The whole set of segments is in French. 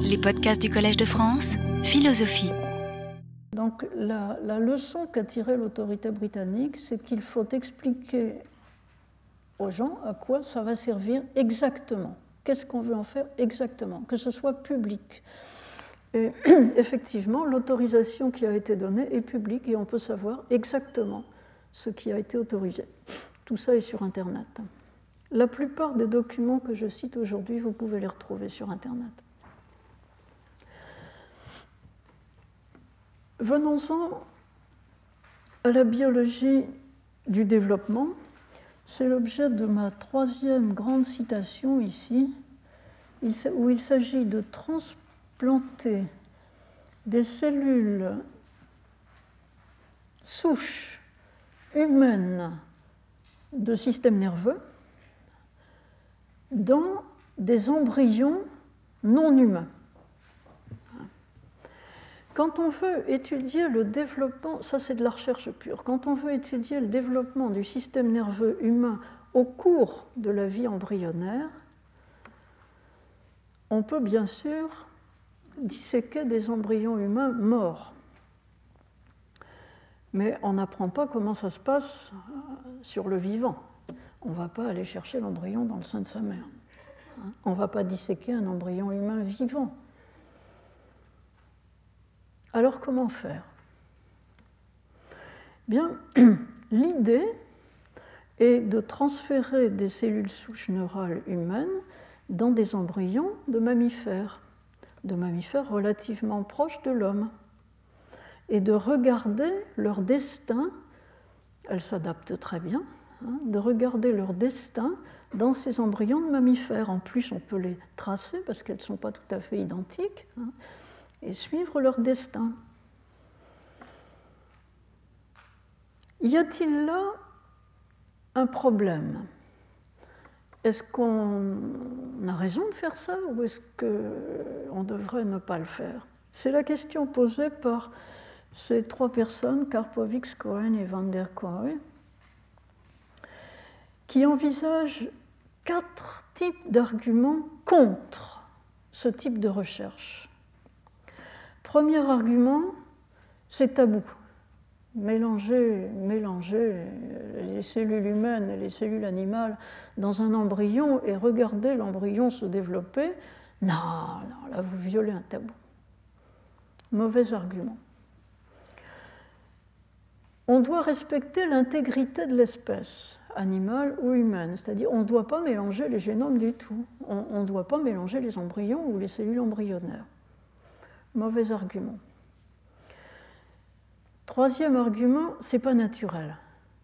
Les podcasts du Collège de France, philosophie. Donc la leçon qu'a tirée l'autorité britannique, c'est qu'il faut expliquer aux gens à quoi ça va servir exactement. Qu'est-ce qu'on veut en faire exactement, que ce soit public. Et effectivement, l'autorisation qui a été donnée est publique et on peut savoir exactement ce qui a été autorisé. Tout ça est sur Internet. La plupart des documents que je cite aujourd'hui, vous pouvez les retrouver sur Internet. Venons-en à la biologie du développement. C'est l'objet de ma troisième grande citation ici, où il s'agit de transplanter des cellules souches humaines de système nerveux dans des embryons non humains. Quand on veut étudier le développement, ça c'est de la recherche pure, quand on veut étudier le développement du système nerveux humain au cours de la vie embryonnaire, on peut bien sûr disséquer des embryons humains morts. Mais on n'apprend pas comment ça se passe sur le vivant. On ne va pas aller chercher l'embryon dans le sein de sa mère. On ne va pas disséquer un embryon humain vivant. Alors comment faire ? Bien, l'idée est de transférer des cellules souches neurales humaines dans des embryons de mammifères relativement proches de l'homme, et de regarder leur destin, elles s'adaptent très bien, de regarder leur destin dans ces embryons de mammifères. En plus, on peut les tracer parce qu'elles ne sont pas tout à fait identiques, et suivre leur destin. Y a-t-il là un problème ? Est-ce qu'on a raison de faire ça ou est-ce qu'on devrait ne pas le faire ? C'est la question posée par ces trois personnes, Karpowicz, Cohen et van der Kooi, qui envisagent 4 types d'arguments contre ce type de recherche. Premier argument, c'est tabou. Mélanger les cellules humaines et les cellules animales dans un embryon et regarder l'embryon se développer, non, là vous violez un tabou. Mauvais argument. On doit respecter l'intégrité de l'espèce, animale ou humaine, c'est-à-dire on ne doit pas mélanger les génomes du tout, on ne doit pas mélanger les embryons ou les cellules embryonnaires. Mauvais argument. Troisième argument, c'est pas naturel.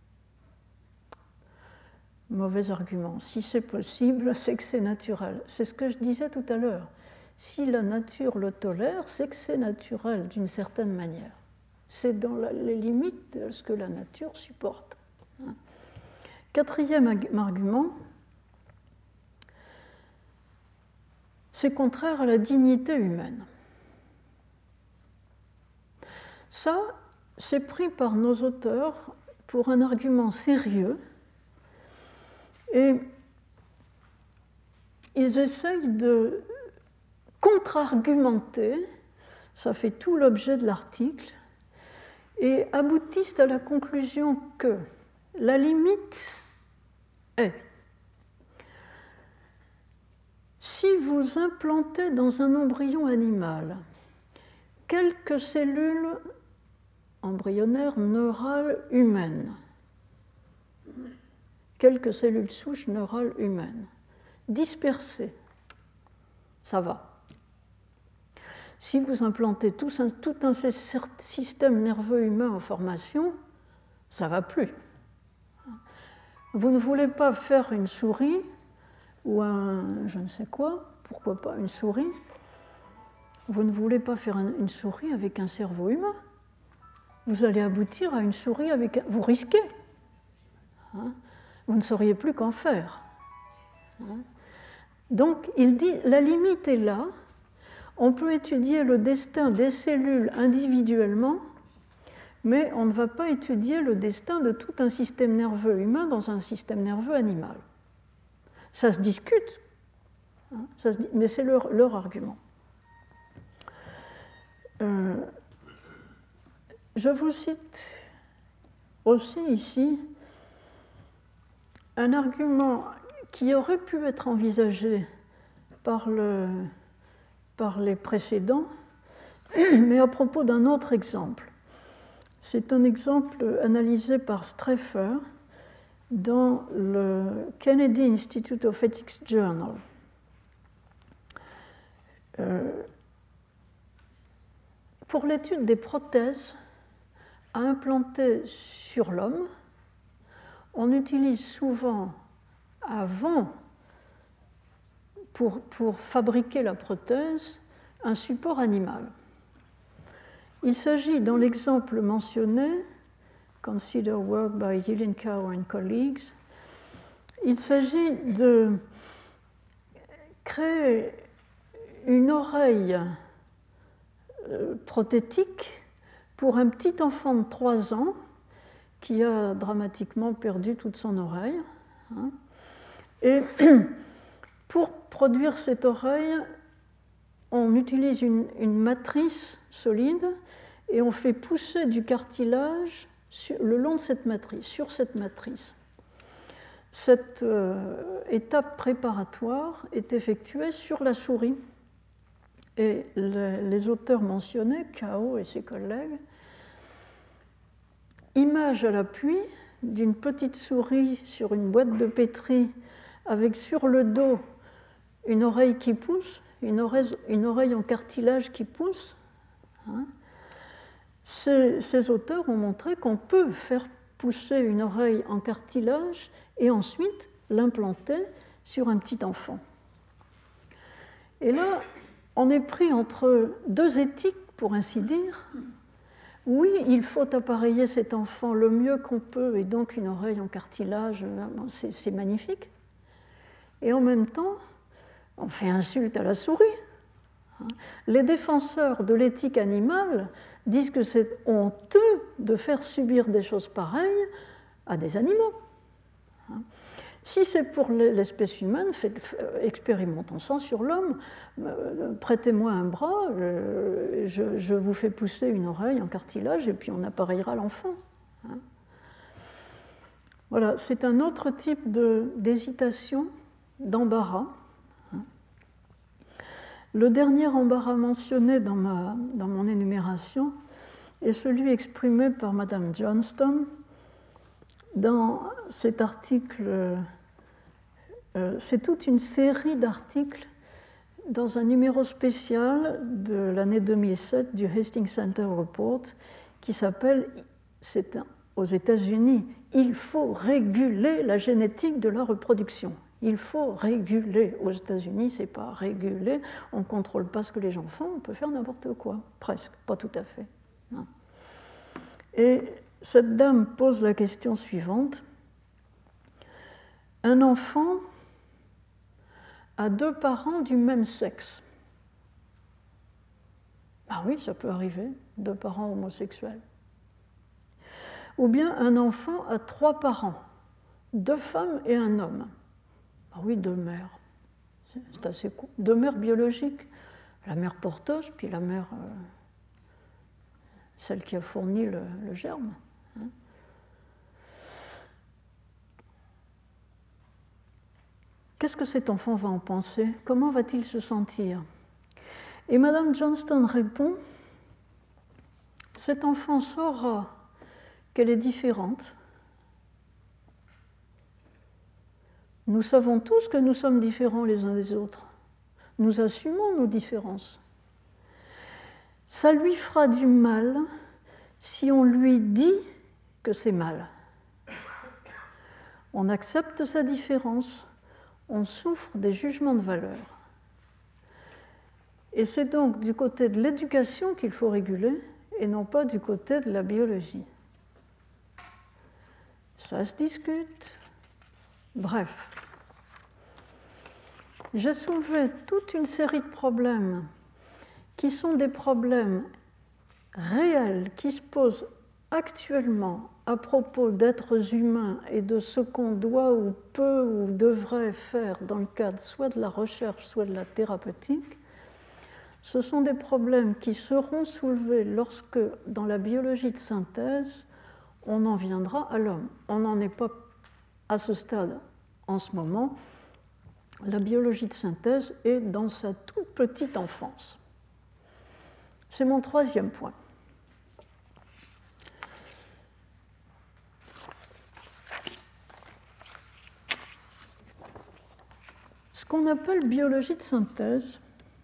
Mauvais argument. Si c'est possible, c'est que c'est naturel. C'est ce que je disais tout à l'heure. Si la nature le tolère, c'est que c'est naturel d'une certaine manière. C'est dans les limites de ce que la nature supporte. Quatrième argument, c'est contraire à la dignité humaine. Ça, c'est pris par nos auteurs pour un argument sérieux et ils essayent de contre-argumenter, ça fait tout l'objet de l'article, et aboutissent à la conclusion que la limite est si vous implantez dans un embryon animal quelques cellules embryonnaires neurales humaines, quelques cellules souches neurales humaines, dispersées, ça va. Si vous implantez tout un système nerveux humain en formation, ça ne va plus. Vous ne voulez pas faire une souris ou un je ne sais quoi, pourquoi pas une souris. Vous ne voulez pas faire une souris avec un cerveau humain. Vous allez aboutir à une souris avec un... Vous risquez. Vous ne sauriez plus qu'en faire. Donc, il dit, la limite est là. On peut étudier le destin des cellules individuellement, mais on ne va pas étudier le destin de tout un système nerveux humain dans un système nerveux animal. Ça se discute, mais c'est leur argument. Je vous cite aussi ici un argument qui aurait pu être envisagé par les précédents, mais à propos d'un autre exemple. C'est un exemple analysé par Streffer dans le Kennedy Institute of Ethics Journal. Pour l'étude des prothèses à implanter sur l'homme, on utilise souvent, avant, pour fabriquer la prothèse, un support animal. Il s'agit, dans l'exemple mentionné, Consider work by Yelenkauer and colleagues, il s'agit de créer une oreille prothétique pour un petit enfant de 3 ans qui a dramatiquement perdu toute son oreille. Et pour produire cette oreille, on utilise une matrice solide et on fait pousser du cartilage le long de cette matrice, sur cette matrice. Cette étape préparatoire est effectuée sur la souris. Et les auteurs mentionnés, Cao et ses collègues, image à l'appui d'une petite souris sur une boîte de pétri avec sur le dos une oreille qui pousse, une oreille en cartilage qui pousse. Ces auteurs ont montré qu'on peut faire pousser une oreille en cartilage et ensuite l'implanter sur un petit enfant. Et là, on est pris entre deux éthiques, pour ainsi dire. Oui, il faut appareiller cet enfant le mieux qu'on peut, et donc une oreille en cartilage, c'est magnifique. Et en même temps, on fait insulte à la souris. Les défenseurs de l'éthique animale disent que c'est honteux de faire subir des choses pareilles à des animaux. Si c'est pour l'espèce humaine, expérimentons-en sur l'homme. Prêtez-moi un bras, je vous fais pousser une oreille en cartilage et puis on appareillera l'enfant. Voilà, c'est un autre type d'hésitation, d'embarras. Le dernier embarras mentionné dans mon énumération est celui exprimé par Madame Johnston dans cet article. C'est toute une série d'articles dans un numéro spécial de l'année 2007 du Hastings Center Report qui s'appelle, c'est aux États-Unis, « Il faut réguler la génétique de la reproduction ». Il faut réguler. Aux États-Unis, ce n'est pas réguler, on ne contrôle pas ce que les gens font, on peut faire n'importe quoi, presque, pas tout à fait. Non. Et cette dame pose la question suivante. Un enfant a 2 parents du même sexe. Ah oui, ça peut arriver, 2 parents homosexuels. Ou bien un enfant a 3 parents, 2 femmes et un homme. Ah oui, 2 mères. C'est assez cool. 2 mères biologiques. La mère porteuse, puis la mère, celle qui a fourni le germe. Qu'est-ce que cet enfant va en penser? Comment va-t-il se sentir? Et Madame Johnston répond, cet enfant saura qu'elle est différente. Nous savons tous que nous sommes différents les uns des autres. Nous assumons nos différences. Ça lui fera du mal si on lui dit que c'est mal. On accepte sa différence, on souffre des jugements de valeur. Et c'est donc du côté de l'éducation qu'il faut réguler et non pas du côté de la biologie. Ça se discute. Bref, j'ai soulevé toute une série de problèmes qui sont des problèmes réels qui se posent actuellement à propos d'êtres humains et de ce qu'on doit ou peut ou devrait faire dans le cadre soit de la recherche, soit de la thérapeutique, Ce sont des problèmes qui seront soulevés lorsque, dans la biologie de synthèse, on en viendra à l'homme. On n'en est pas à ce stade en ce moment. La biologie de synthèse est dans sa toute petite enfance. C'est mon troisième point. Ce qu'on appelle biologie de synthèse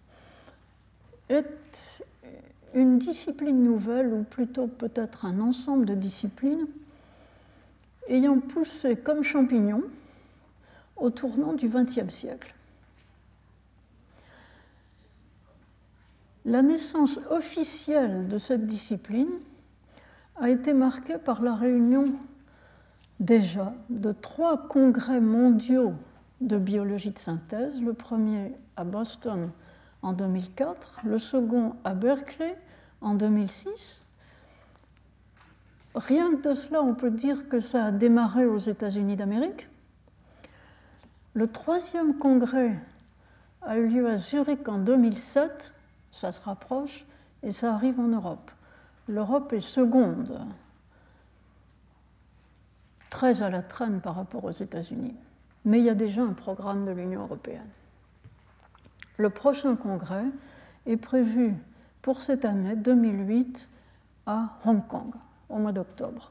est une discipline nouvelle, ou plutôt peut-être un ensemble de disciplines, ayant poussé comme champignon au tournant du XXe siècle. La naissance officielle de cette discipline a été marquée par la réunion déjà de 3 congrès mondiaux de biologie de synthèse, le premier à Boston en 2004, le second à Berkeley en 2006. Rien que de cela, on peut dire que ça a démarré aux États-Unis d'Amérique. Le troisième congrès a eu lieu à Zurich en 2007, ça se rapproche, et ça arrive en Europe. L'Europe est seconde, très à la traîne par rapport aux États-Unis. Mais il y a déjà un programme de l'Union européenne. Le prochain congrès est prévu pour cette année 2008 à Hong Kong, au mois d'octobre.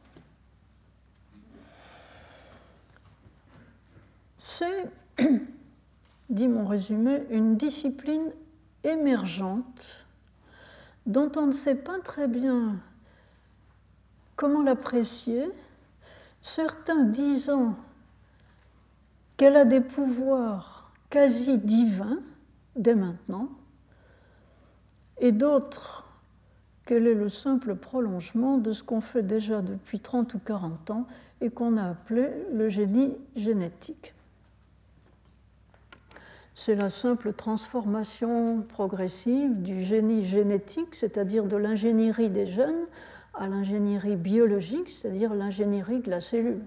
C'est, dit mon résumé, une discipline émergente dont on ne sait pas très bien comment l'apprécier, certains disant qu'elle a des pouvoirs quasi divins dès maintenant, et d'autres qu'elle est le simple prolongement de ce qu'on fait déjà depuis 30 ou 40 ans et qu'on a appelé le génie génétique. C'est la simple transformation progressive du génie génétique, c'est-à-dire de l'ingénierie des gènes, à l'ingénierie biologique, c'est-à-dire l'ingénierie de la cellule.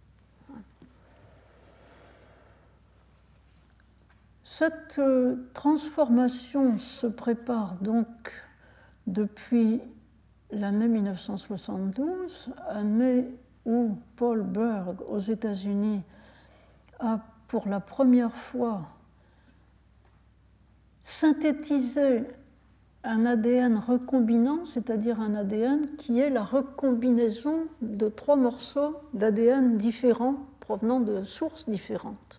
Cette transformation se prépare donc depuis l'année 1972, année où Paul Berg, aux États-Unis, a pour la première fois synthétisé un ADN recombinant, c'est-à-dire un ADN qui est la recombinaison de 3 morceaux d'ADN différents provenant de sources différentes.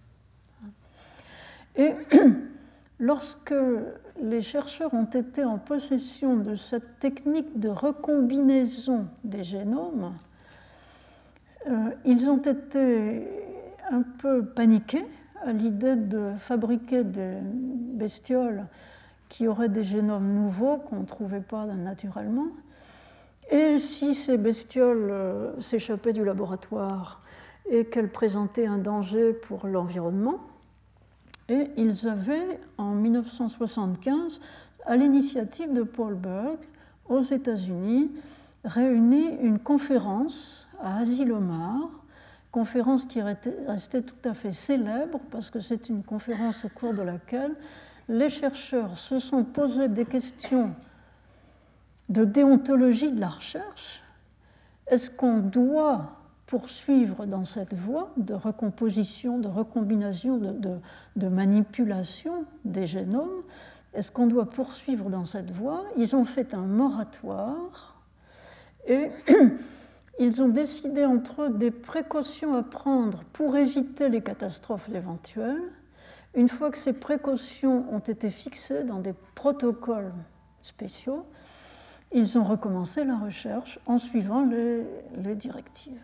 Et lorsque les chercheurs ont été en possession de cette technique de recombinaison des génomes, ils ont été un peu paniqués à l'idée de fabriquer des bestioles qui auraient des génomes nouveaux qu'on ne trouvait pas naturellement. Et si ces bestioles s'échappaient du laboratoire et qu'elles présentaient un danger pour l'environnement, et ils avaient, en 1975, à l'initiative de Paul Berg, aux États-Unis, réuni une conférence à Asilomar, conférence qui est restée tout à fait célèbre, parce que c'est une conférence au cours de laquelle les chercheurs se sont posés des questions de déontologie de la recherche. Est-ce qu'on doit poursuivre dans cette voie de recomposition, de recombination, de manipulation des génomes? Est-ce qu'on doit poursuivre dans cette voie? Ils ont fait un moratoire et ils ont décidé entre eux des précautions à prendre pour éviter les catastrophes éventuelles. Une fois que ces précautions ont été fixées dans des protocoles spéciaux, ils ont recommencé la recherche en suivant les directives.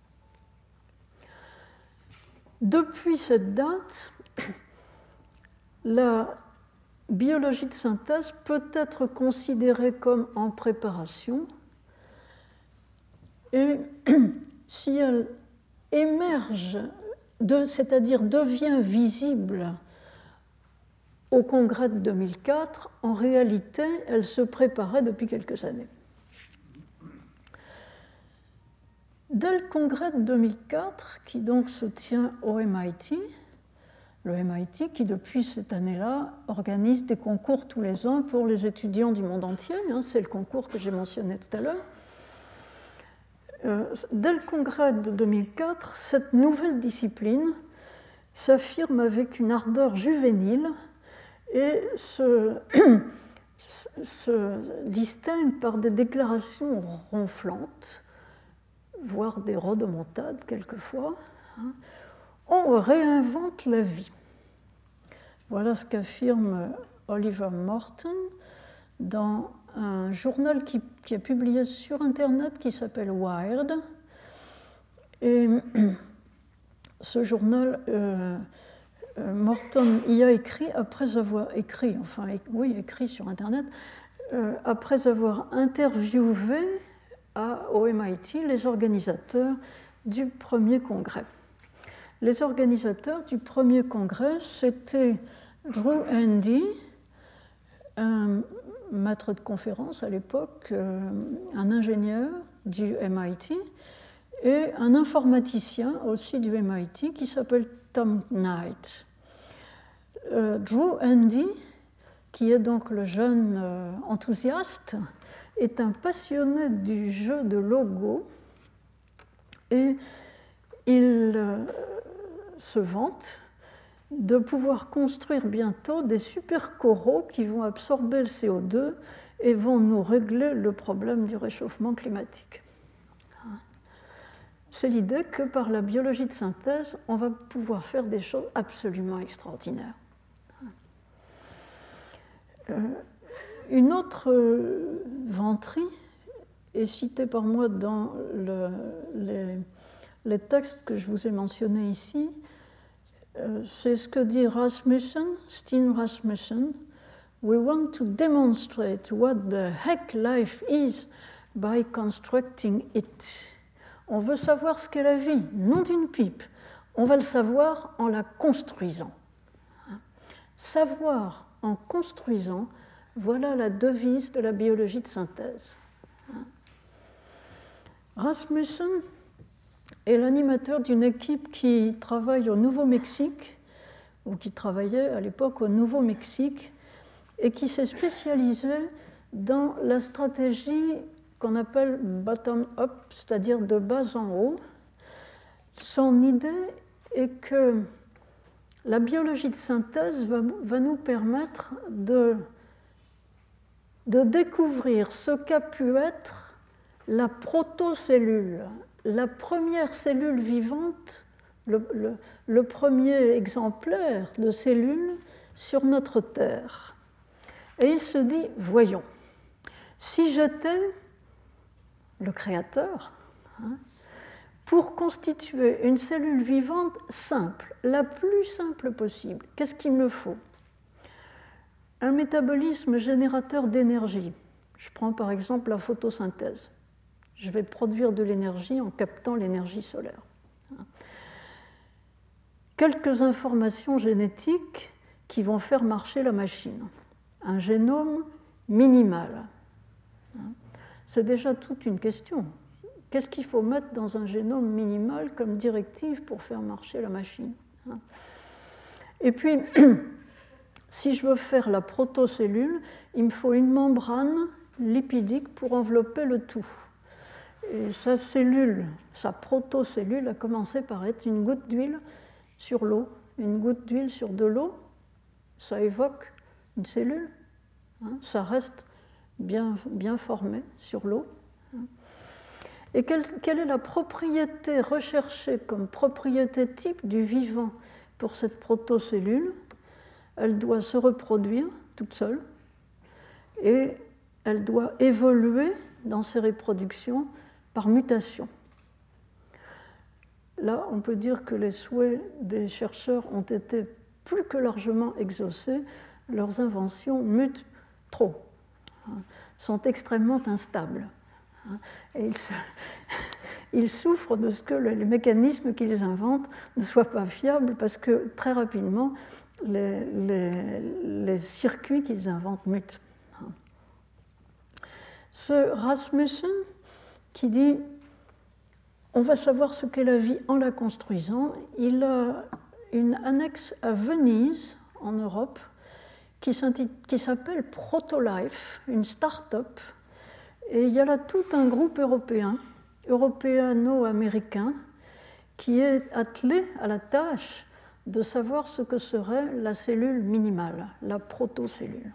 Depuis cette date, la biologie de synthèse peut être considérée comme en préparation, et si elle émerge, c'est-à-dire devient visible au congrès de 2004, en réalité, elle se préparait depuis quelques années. Dès le congrès de 2004, qui donc se tient au MIT, le MIT, qui depuis cette année-là organise des concours tous les ans pour les étudiants du monde entier. C'est le concours que j'ai mentionné tout à l'heure. Dès le congrès de 2004, cette nouvelle discipline s'affirme avec une ardeur juvénile et se distingue par des déclarations ronflantes, voire des rodomontades quelquefois. On réinvente la vie. Voilà ce qu'affirme Oliver Morton dans un journal qui est publié sur Internet qui s'appelle Wired. Et ce journal, Morton y a écrit après avoir écrit sur Internet, après avoir interviewé au MIT les organisateurs du premier congrès. Les organisateurs du premier congrès, c'était Drew Handy, un maître de conférence à l'époque, un ingénieur du MIT, et un informaticien aussi du MIT qui s'appelle Tom Knight. Drew Handy, qui est donc le jeune enthousiaste, est un passionné du jeu de Logo et il se vante de pouvoir construire bientôt des super-coraux qui vont absorber le CO2 et vont nous régler le problème du réchauffement climatique. C'est l'idée que par la biologie de synthèse, on va pouvoir faire des choses absolument extraordinaires. Une autre vanterie est citée par moi dans les textes que je vous ai mentionnés ici. C'est ce que dit Steen Rasmussen. We want to demonstrate what the heck life is by constructing it. On veut savoir ce qu'est la vie, non d'une pipe. On va le savoir en la construisant. Savoir en construisant, voilà la devise de la biologie de synthèse. Rasmussen est l'animateur d'une équipe qui travaille au Nouveau-Mexique, ou qui travaillait à l'époque au Nouveau-Mexique, et qui s'est spécialisée dans la stratégie qu'on appelle bottom-up, c'est-à-dire de bas en haut. Son idée est que la biologie de synthèse va nous permettre de découvrir ce qu'a pu être la protocellule, la première cellule vivante, le premier exemplaire de cellule sur notre Terre. Et il se dit, voyons, si j'étais le créateur, pour constituer une cellule vivante simple, la plus simple possible, qu'est-ce qu'il me faut? Un métabolisme générateur d'énergie. Je prends par exemple la photosynthèse. Je vais produire de l'énergie en captant l'énergie solaire. Quelques informations génétiques qui vont faire marcher la machine. Un génome minimal. C'est déjà toute une question. Qu'est-ce qu'il faut mettre dans un génome minimal comme directive pour faire marcher la machine? Et puis, si je veux faire la protocellule, il me faut une membrane lipidique pour envelopper le tout. Et sa cellule, sa protocellule a commencé par être une goutte d'huile sur l'eau. Une goutte d'huile sur de l'eau, ça évoque une cellule. Ça reste bien formé sur l'eau. Et quelle est la propriété recherchée comme propriété type du vivant pour cette protocellule? Elle doit se reproduire toute seule et elle doit évoluer dans ses reproductions par mutation. Là, on peut dire que les souhaits des chercheurs ont été plus que largement exaucés. Leurs inventions mutent trop, sont extrêmement instables. Et ils souffrent de ce que les mécanismes qu'ils inventent ne soient pas fiables parce que très rapidement, les circuits qu'ils inventent mutent. Ce Rasmussen qui dit « on va savoir ce qu'est la vie en la construisant », il a une annexe à Venise, en Europe, qui s'appelle Protolife, une start-up. Et il y a là tout un groupe européano-américain, qui est attelé à la tâche de savoir ce que serait la cellule minimale, la protocellule.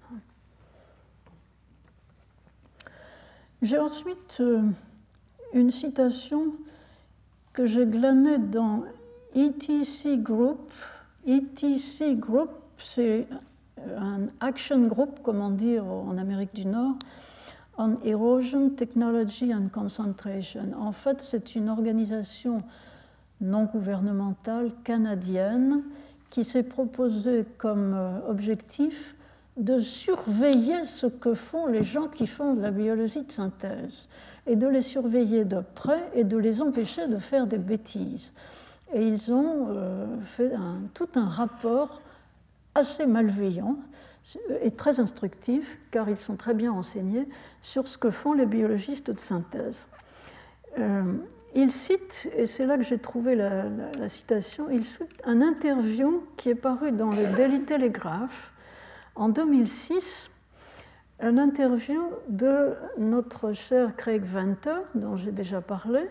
J'ai ensuite une citation que j'ai glanée dans ETC Group. ETC Group, c'est un action group, comment dire en Amérique du Nord, on Erosion, Technology and Concentration. En fait, c'est une organisation non gouvernementale canadienne qui s'est proposée comme objectif de surveiller ce que font les gens qui font de la biologie de synthèse et de les surveiller de près et de les empêcher de faire des bêtises. Et ils ont fait tout un rapport assez malveillant et très instructif, car ils sont très bien renseignés sur ce que font les biologistes de synthèse. Il cite, et c'est là que j'ai trouvé la citation, il cite un interview qui est paru dans le Daily Telegraph en 2006, un interview de notre cher Craig Venter, dont j'ai déjà parlé,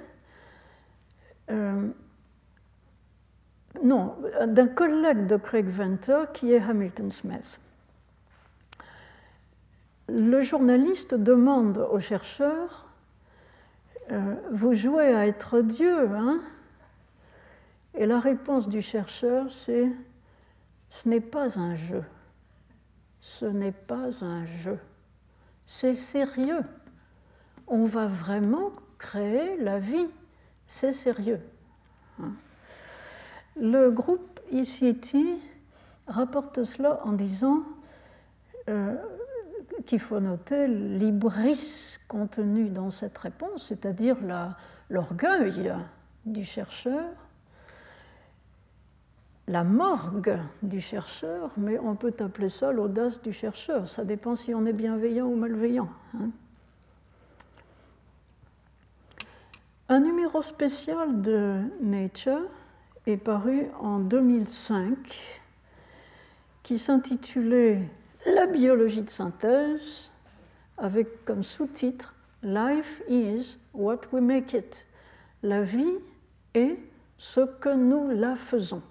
non, d'un collègue de Craig Venter qui est Hamilton Smith. Le journaliste demande au chercheur vous jouez à être Dieu, hein? Et la réponse du chercheur, c'est ce n'est pas un jeu. Ce n'est pas un jeu. C'est sérieux. On va vraiment créer la vie. C'est sérieux. Hein? Le groupe ECT rapporte cela en disant qu'il faut noter l'hybris contenu dans cette réponse, c'est-à-dire l'orgueil du chercheur, la morgue du chercheur, mais on peut appeler ça l'audace du chercheur. Ça dépend si on est bienveillant ou malveillant. Hein. Un numéro spécial de Nature est paru en 2005 qui s'intitulait « La biologie de synthèse » avec comme sous-titre « Life is what we make it ». La vie est ce que nous la faisons.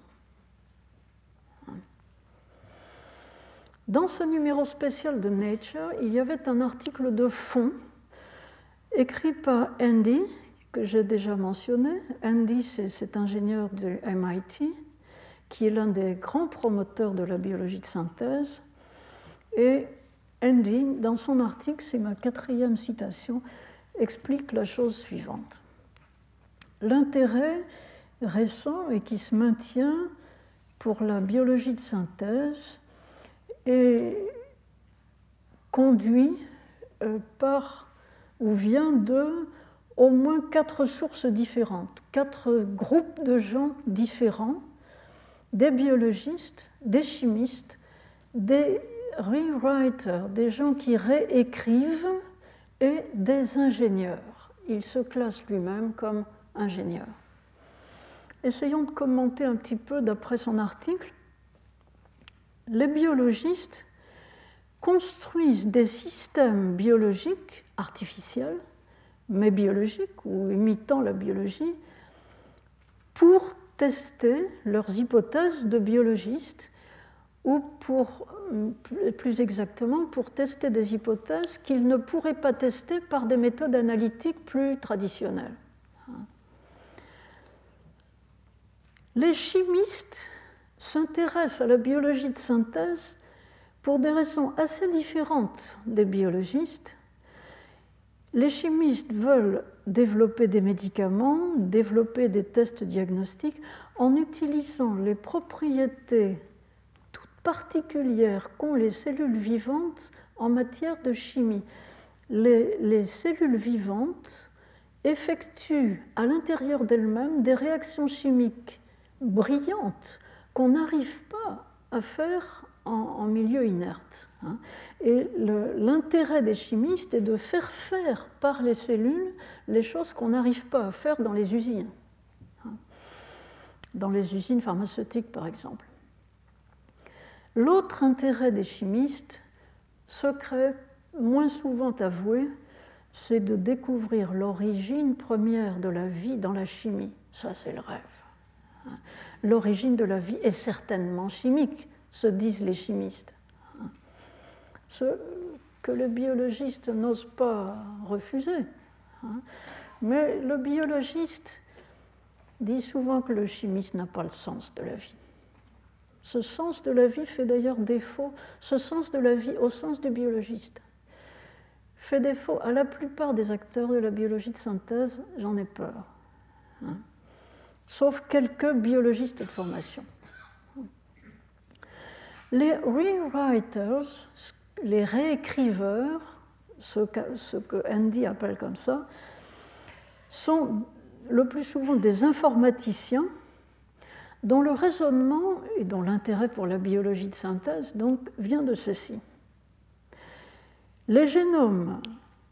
Dans ce numéro spécial de Nature, il y avait un article de fond écrit par Andy, que j'ai déjà mentionné. Andy, c'est cet ingénieur de MIT, qui est l'un des grands promoteurs de la biologie de synthèse. Et Andy, dans son article, c'est ma 4e citation, explique la chose suivante. L'intérêt récent et qui se maintient pour la biologie de synthèse est conduit par ou vient de au moins 4 sources différentes, 4 groupes de gens différents, des biologistes, des chimistes, des rewriters, des gens qui réécrivent, et des ingénieurs. Il se classe lui-même comme ingénieur. Essayons de commenter un petit peu d'après son article. Les biologistes construisent des systèmes biologiques artificiels, mais biologiques ou imitant la biologie, pour tester leurs hypothèses de biologistes ou plus exactement pour tester des hypothèses qu'ils ne pourraient pas tester par des méthodes analytiques plus traditionnelles. Les chimistes s'intéressent à la biologie de synthèse pour des raisons assez différentes des biologistes. Les chimistes veulent développer des médicaments, développer des tests diagnostiques en utilisant les propriétés toutes particulières qu'ont les cellules vivantes en matière de chimie. Les cellules vivantes effectuent à l'intérieur d'elles-mêmes des réactions chimiques brillantes qu'on n'arrive pas à faire en milieu inerte. Et l'intérêt des chimistes est de faire par les cellules les choses qu'on n'arrive pas à faire dans les usines. dans les usines pharmaceutiques par exemple. L'autre intérêt des chimistes, secret moins souvent avoué, c'est de découvrir l'origine première de la vie dans la chimie. Ça, c'est le rêve. L'origine de la vie est certainement chimique, se disent les chimistes. Ce que les biologistes n'osent pas refuser. Mais le biologiste dit souvent que le chimiste n'a pas le sens de la vie. Ce sens de la vie fait d'ailleurs défaut, ce sens de la vie au sens du biologiste, fait défaut à la plupart des acteurs de la biologie de synthèse, j'en ai peur. Sauf quelques biologistes de formation. Les rewriters, les réécriveurs, ce que Andy appelle comme ça, sont le plus souvent des informaticiens dont le raisonnement et dont l'intérêt pour la biologie de synthèse donc, vient de ceci. Les génomes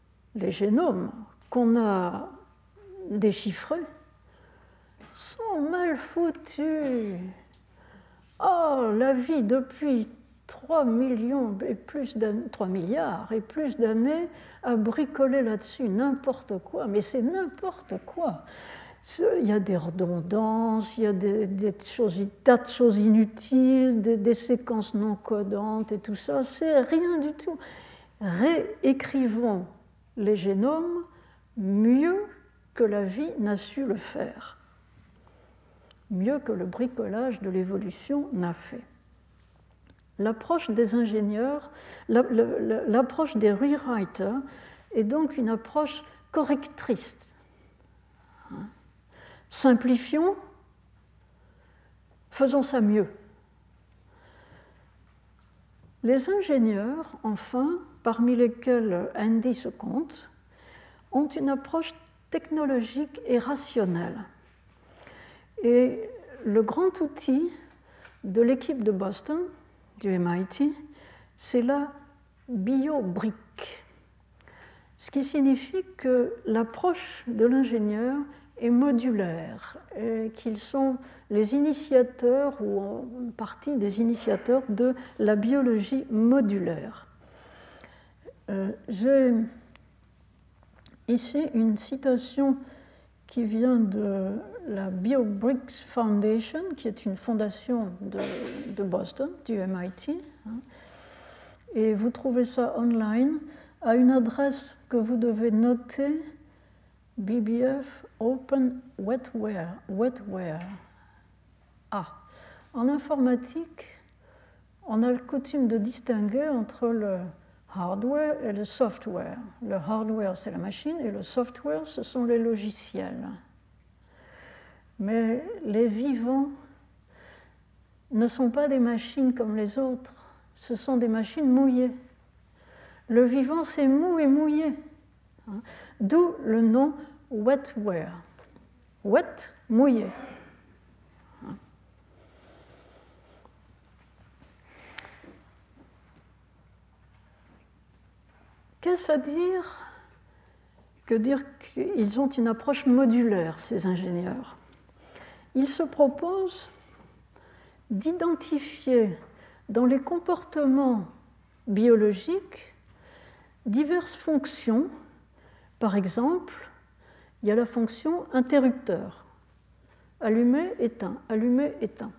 qu'on a déchiffrés sont mal foutus. Oh, la vie depuis 3 milliards et plus d'années a bricolé là-dessus n'importe quoi, mais c'est n'importe quoi. Il y a des redondances, il y a des tas de choses inutiles, des séquences non codantes et tout ça, c'est rien du tout. Réécrivons les génomes mieux que la vie n'a su le faire, mieux que le bricolage de l'évolution n'a fait. L'approche des ingénieurs, l'approche des rewriters est donc une approche correctrice. Simplifions, faisons ça mieux. Les ingénieurs, enfin, parmi lesquels Andy se compte, ont une approche technologique et rationnelle. Et le grand outil de l'équipe de Boston, du MIT, c'est la biobrique. Ce qui signifie que l'approche de l'ingénieur est modulaire, et qu'ils sont les initiateurs ou en partie des initiateurs de la biologie modulaire. J'ai ici une citation qui vient de la BioBricks Foundation, qui est une fondation de Boston, du MIT. Et vous trouvez ça online à une adresse que vous devez noter, BBF Open Wetware. En informatique, on a le coutume de distinguer entre le hardware et le software. Le hardware, c'est la machine, et le software, ce sont les logiciels. Mais les vivants ne sont pas des machines comme les autres, ce sont des machines mouillées. Le vivant, c'est mou et mouillé. D'où le nom wetware. Wet, mouillé. Qu'est-ce à dire que dire qu'ils ont une approche modulaire, ces ingénieurs? Ils se proposent d'identifier dans les comportements biologiques diverses fonctions. Par exemple, il y a la fonction interrupteur. Allumer, éteint, allumer, éteint.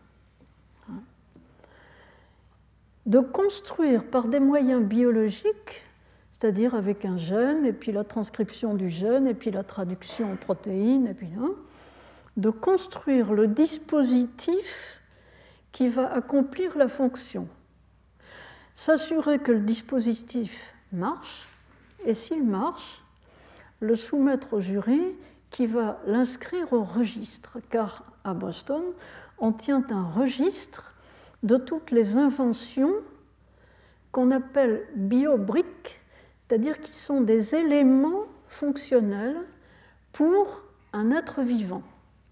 De construire par des moyens biologiques, c'est-à-dire avec un gène, et puis la transcription du gène, et puis la traduction en protéines, et puis de construire le dispositif qui va accomplir la fonction. S'assurer que le dispositif marche, et s'il marche, le soumettre au jury qui va l'inscrire au registre, car à Boston, on tient un registre de toutes les inventions qu'on appelle biobriques, c'est-à-dire qui sont des éléments fonctionnels pour un être vivant.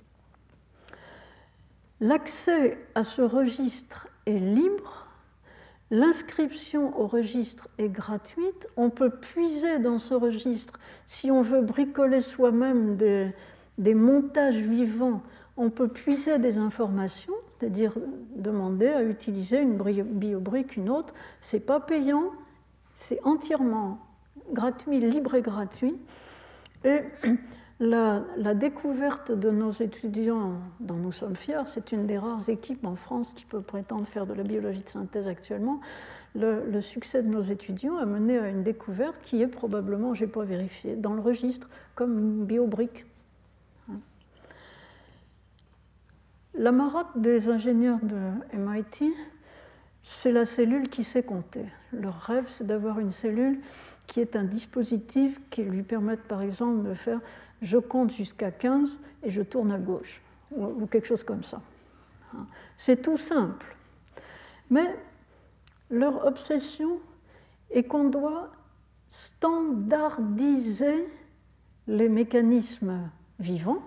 L'accès à ce registre est libre, l'inscription au registre est gratuite, on peut puiser dans ce registre, si on veut bricoler soi-même des montages vivants, on peut puiser des informations, c'est-à-dire demander à utiliser une biobrique, une autre. Ce n'est pas payant, c'est entièrement gratuit, libre et gratuit. Et la découverte de nos étudiants dont nous sommes fiers, c'est une des rares équipes en France qui peut prétendre faire de la biologie de synthèse actuellement. Le succès de nos étudiants a mené à une découverte qui est probablement, je n'ai pas vérifié, dans le registre comme une biobrique. La marotte des ingénieurs de MIT, c'est la cellule qui sait compter. Leur rêve, c'est d'avoir une cellule qui est un dispositif qui lui permette, par exemple, de faire « je compte jusqu'à 15 et je tourne à gauche » ou quelque chose comme ça. C'est tout simple. Mais leur obsession est qu'on doit standardiser les mécanismes vivants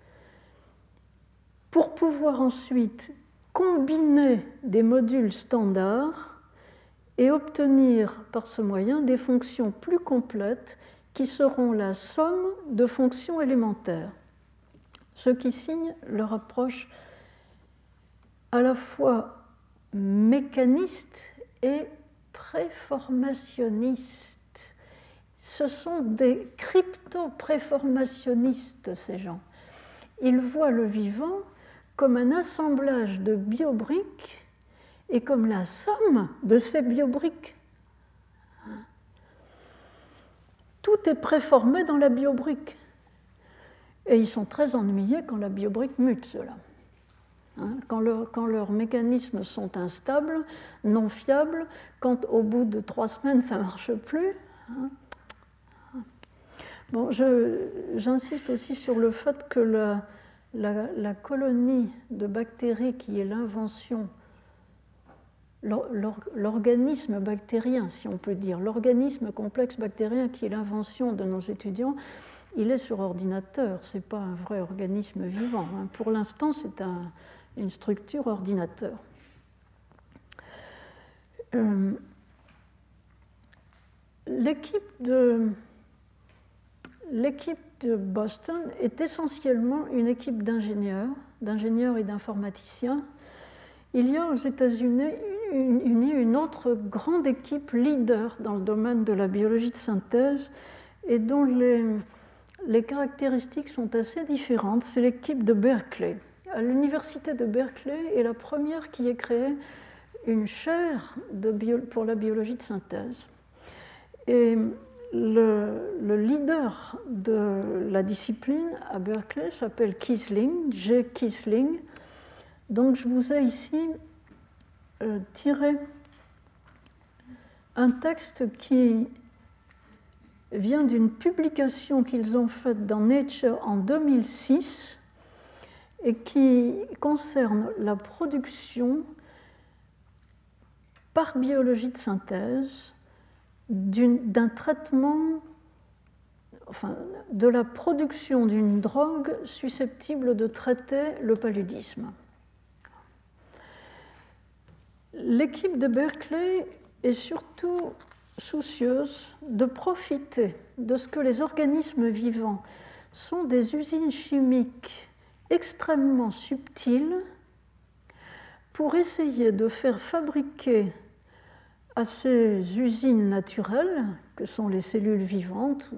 pour pouvoir ensuite combiner des modules standards et obtenir par ce moyen des fonctions plus complètes qui seront la somme de fonctions élémentaires. Ce qui signe leur approche à la fois mécaniste et préformationniste. Ce sont des crypto-préformationnistes, ces gens. Ils voient le vivant comme un assemblage de biobriques et comme la somme de ces biobriques. Tout est préformé dans la biobrique. Et ils sont très ennuyés quand la biobrique mute, ceux-là. Quand leurs mécanismes sont instables, non fiables, quand au bout de 3 semaines ça ne marche plus. Bon, j'insiste aussi sur le fait que la colonie de bactéries qui est l'invention, l'organisme bactérien, si on peut dire, l'organisme complexe bactérien qui est l'invention de nos étudiants, il est sur ordinateur, ce n'est pas un vrai organisme vivant. Pour l'instant, c'est une structure ordinateur. L'équipe de Boston est essentiellement une équipe d'ingénieurs et d'informaticiens. Il y a aux États-Unis une autre grande équipe leader dans le domaine de la biologie de synthèse et dont les caractéristiques sont assez différentes. C'est l'équipe de Berkeley. À l'université de Berkeley est la première qui ait créé une chaire pour la biologie de synthèse. Et le leader de la discipline à Berkeley s'appelle Quisling, J. Quisling. Donc je vous ai ici tiré un texte qui vient d'une publication qu'ils ont faite dans Nature en 2006 et qui concerne la production par biologie de synthèse d'un traitement, enfin, de la production d'une drogue susceptible de traiter le paludisme. L'équipe de Berkeley est surtout soucieuse de profiter de ce que les organismes vivants sont des usines chimiques extrêmement subtiles pour essayer de faire fabriquer à ces usines naturelles, que sont les cellules vivantes,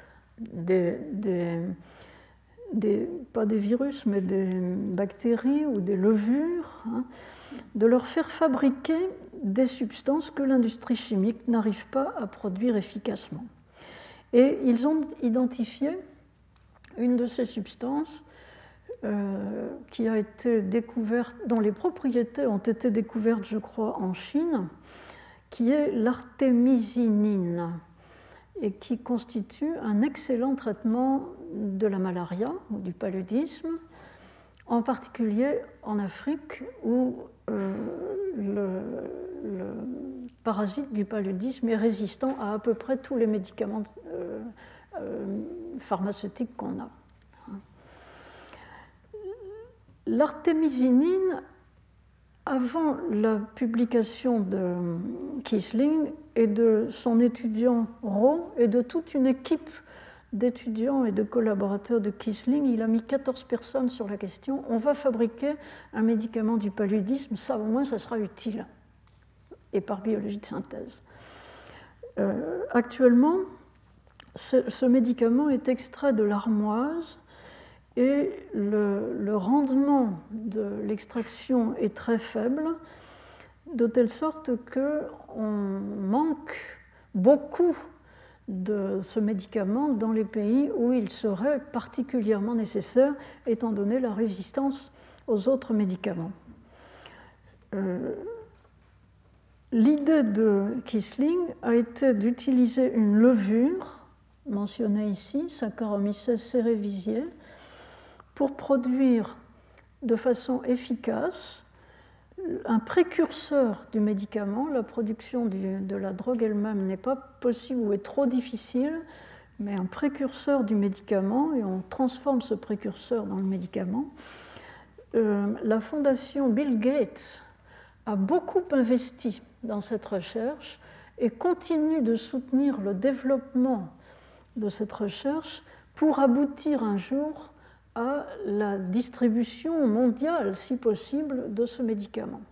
pas des virus, mais des bactéries ou des levures, de leur faire fabriquer des substances que l'industrie chimique n'arrive pas à produire efficacement. Et ils ont identifié une de ces substances qui a été découverte, dont les propriétés ont été découvertes, je crois, en Chine, qui est l'artémisinine et qui constitue un excellent traitement de la malaria ou du paludisme, en particulier en Afrique où le parasite du paludisme est résistant à peu près tous les médicaments pharmaceutiques qu'on a. L'artémisinine, avant la publication de Quisling et de son étudiant Rowe et de toute une équipe d'étudiants et de collaborateurs de Quisling. Il a mis 14 personnes sur la question. On va fabriquer un médicament du paludisme, ça au moins ça sera utile, et par biologie de synthèse. Actuellement, ce médicament est extrait de l'armoise et le rendement de l'extraction est très faible, de telle sorte qu'on manque beaucoup de ce médicament dans les pays où il serait particulièrement nécessaire, étant donné la résistance aux autres médicaments. L'idée de Quisling a été d'utiliser une levure, mentionnée ici, Saccharomyces cerevisiae, pour produire de façon efficace un précurseur du médicament. La production de la drogue elle-même n'est pas possible ou est trop difficile, mais un précurseur du médicament, et on transforme ce précurseur dans le médicament. La fondation Bill Gates a beaucoup investi dans cette recherche et continue de soutenir le développement de cette recherche pour aboutir un jour à la distribution mondiale, si possible, de ce médicament.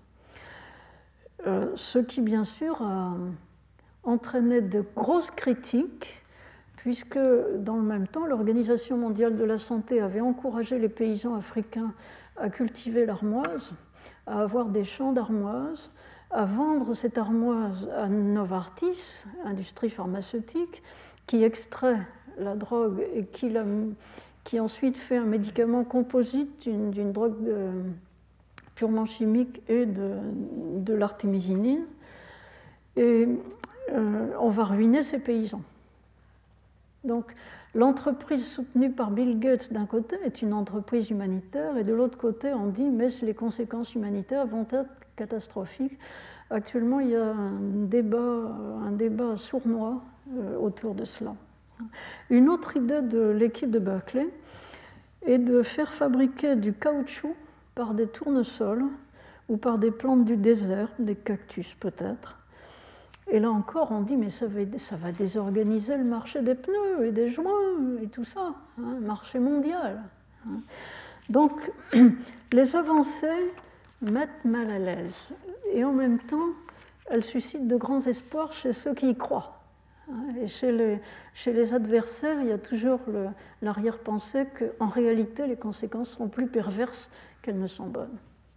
Ce qui, bien sûr, a entraîné de grosses critiques, puisque, dans le même temps, l'Organisation mondiale de la santé avait encouragé les paysans africains à cultiver l'armoise, à avoir des champs d'armoise, à vendre cette armoise à Novartis, industrie pharmaceutique, qui extrait la drogue et qui ensuite fait un médicament composite d'une drogue purement chimique et de l'artémisinine. Et on va ruiner ces paysans. Donc, l'entreprise soutenue par Bill Gates, d'un côté, est une entreprise humanitaire, et de l'autre côté, on dit mais les conséquences humanitaires vont être catastrophiques. Actuellement, il y a un débat sournois autour de cela. Une autre idée de l'équipe de Berkeley est de faire fabriquer du caoutchouc par des tournesols ou par des plantes du désert, des cactus peut-être. Et là encore, on dit, mais ça va désorganiser le marché des pneus et des joints et tout ça, hein, marché mondial. Hein. Donc, les avancées mettent mal à l'aise. Et en même temps, elles suscitent de grands espoirs chez ceux qui y croient. Et chez les adversaires, il y a toujours l'arrière-pensée qu'en réalité, les conséquences seront plus perverses qu'elles ne sont bonnes.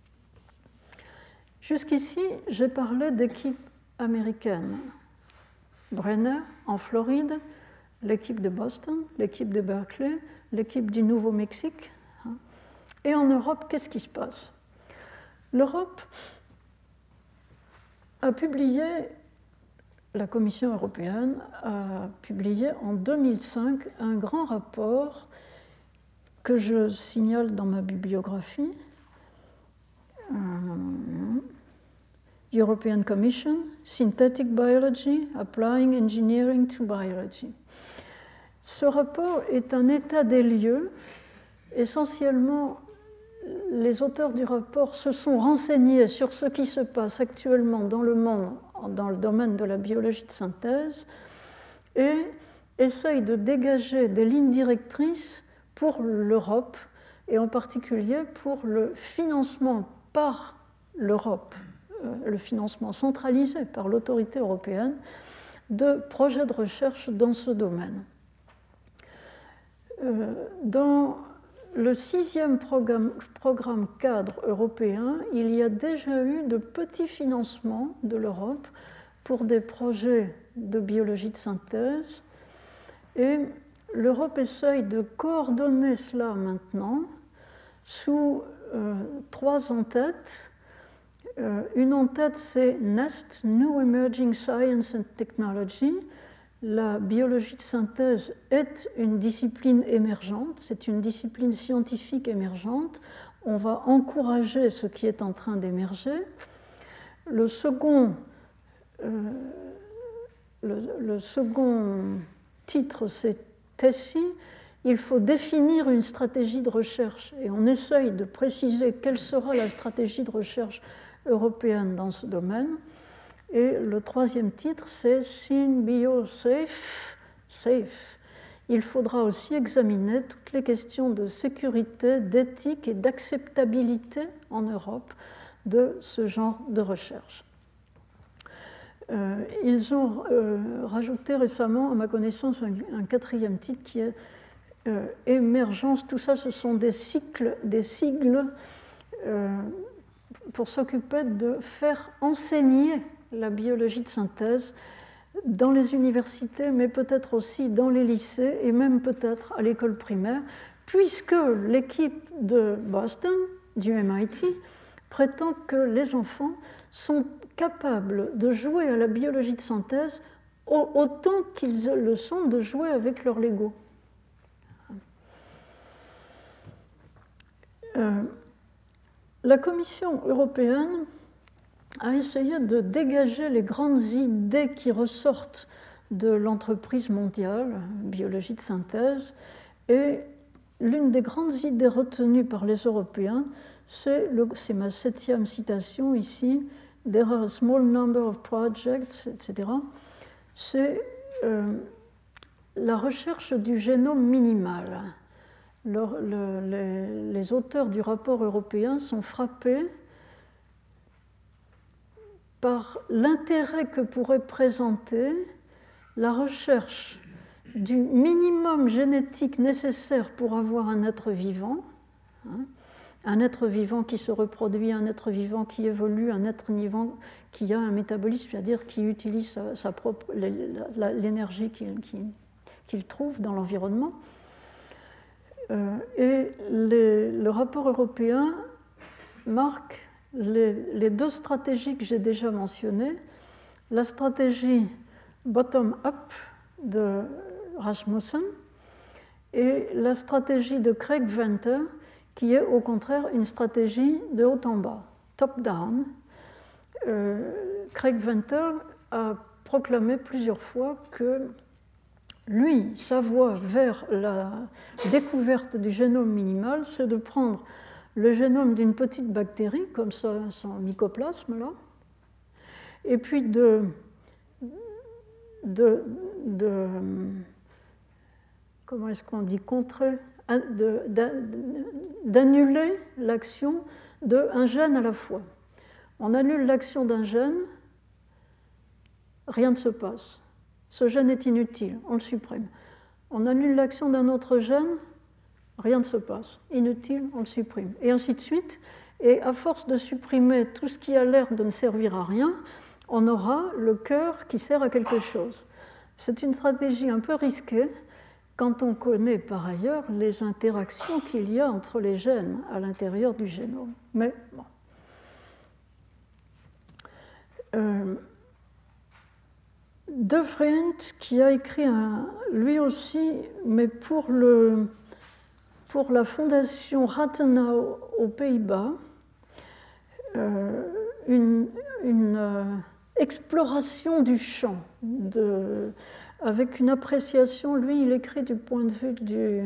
Jusqu'ici, j'ai parlé d'équipes américaines. Brenner, en Floride, l'équipe de Boston, l'équipe de Berkeley, l'équipe du Nouveau-Mexique. Et en Europe, qu'est-ce qui se passe? L'Europe a publié, la Commission européenne a publié en 2005 un grand rapport que je signale dans ma bibliographie. European Commission, Synthetic Biology, Applying Engineering to Biology. Ce rapport est un état des lieux. Essentiellement, les auteurs du rapport se sont renseignés sur ce qui se passe actuellement dans le monde, dans le domaine de la biologie de synthèse, et essayent de dégager des lignes directrices pour l'Europe, et en particulier pour le financement par l'Europe, le financement centralisé par l'autorité européenne de projets de recherche dans ce domaine. Dans le 6e programme cadre européen, il y a déjà eu de petits financements de l'Europe pour des projets de biologie de synthèse, et l'Europe essaye de coordonner cela maintenant sous 3 entêtes. Une entête, c'est NEST, New Emerging Science and Technology. La biologie de synthèse est une discipline émergente, c'est une discipline scientifique émergente. On va encourager ce qui est en train d'émerger. Le second titre, c'est TESI. Il faut définir une stratégie de recherche et on essaye de préciser quelle sera la stratégie de recherche européenne dans ce domaine. Et le 3e titre, c'est SynBioSafe. Safe. il faudra aussi examiner toutes les questions de sécurité, d'éthique et d'acceptabilité en Europe de ce genre de recherche. Ils ont rajouté récemment, à ma connaissance, un quatrième titre qui est émergence. Tout ça, ce sont des sigles pour s'occuper de faire enseigner la biologie de synthèse dans les universités, mais peut-être aussi dans les lycées et même peut-être à l'école primaire, puisque l'équipe de Boston, du MIT, prétend que les enfants sont capables de jouer à la biologie de synthèse autant qu'ils le sont de jouer avec leur Lego. La Commission européenne a essayé de dégager les grandes idées qui ressortent de l'entreprise mondiale, biologie de synthèse, et l'une des grandes idées retenues par les Européens, c'est ma 7e citation ici, « There are a small number of projects », etc. C'est la recherche du génome minimal. Les auteurs du rapport européen sont frappés par l'intérêt que pourrait présenter la recherche du minimum génétique nécessaire pour avoir un être vivant, un être vivant qui se reproduit, un être vivant qui évolue, un être vivant qui a un métabolisme, c'est-à-dire qui utilise l'énergie qu'il trouve dans l'environnement. Et le rapport européen marque les deux stratégies que j'ai déjà mentionnées, la stratégie bottom-up de Rasmussen et la stratégie de Craig Venter, qui est au contraire une stratégie de haut en bas, top-down. Craig Venter a proclamé plusieurs fois que lui, sa voie vers la découverte du génome minimal, c'est de prendre le génome d'une petite bactérie, comme ça, son mycoplasme là, et puis comment est-ce qu'on dit, d'annuler l'action d'un gène à la fois. On annule l'action d'un gène, rien ne se passe. Ce gène est inutile, on le supprime. On annule l'action d'un autre gène, rien ne se passe. Inutile, on le supprime. Et ainsi de suite. Et à force de supprimer tout ce qui a l'air de ne servir à rien, on aura le cœur qui sert à quelque chose. C'est une stratégie un peu risquée quand on connaît par ailleurs les interactions qu'il y a entre les gènes à l'intérieur du génome. Mais bon. De Vreent, qui a écrit lui aussi, mais pour la fondation Rathenau aux Pays-Bas, une exploration du champ, avec une appréciation, lui il écrit du point de vue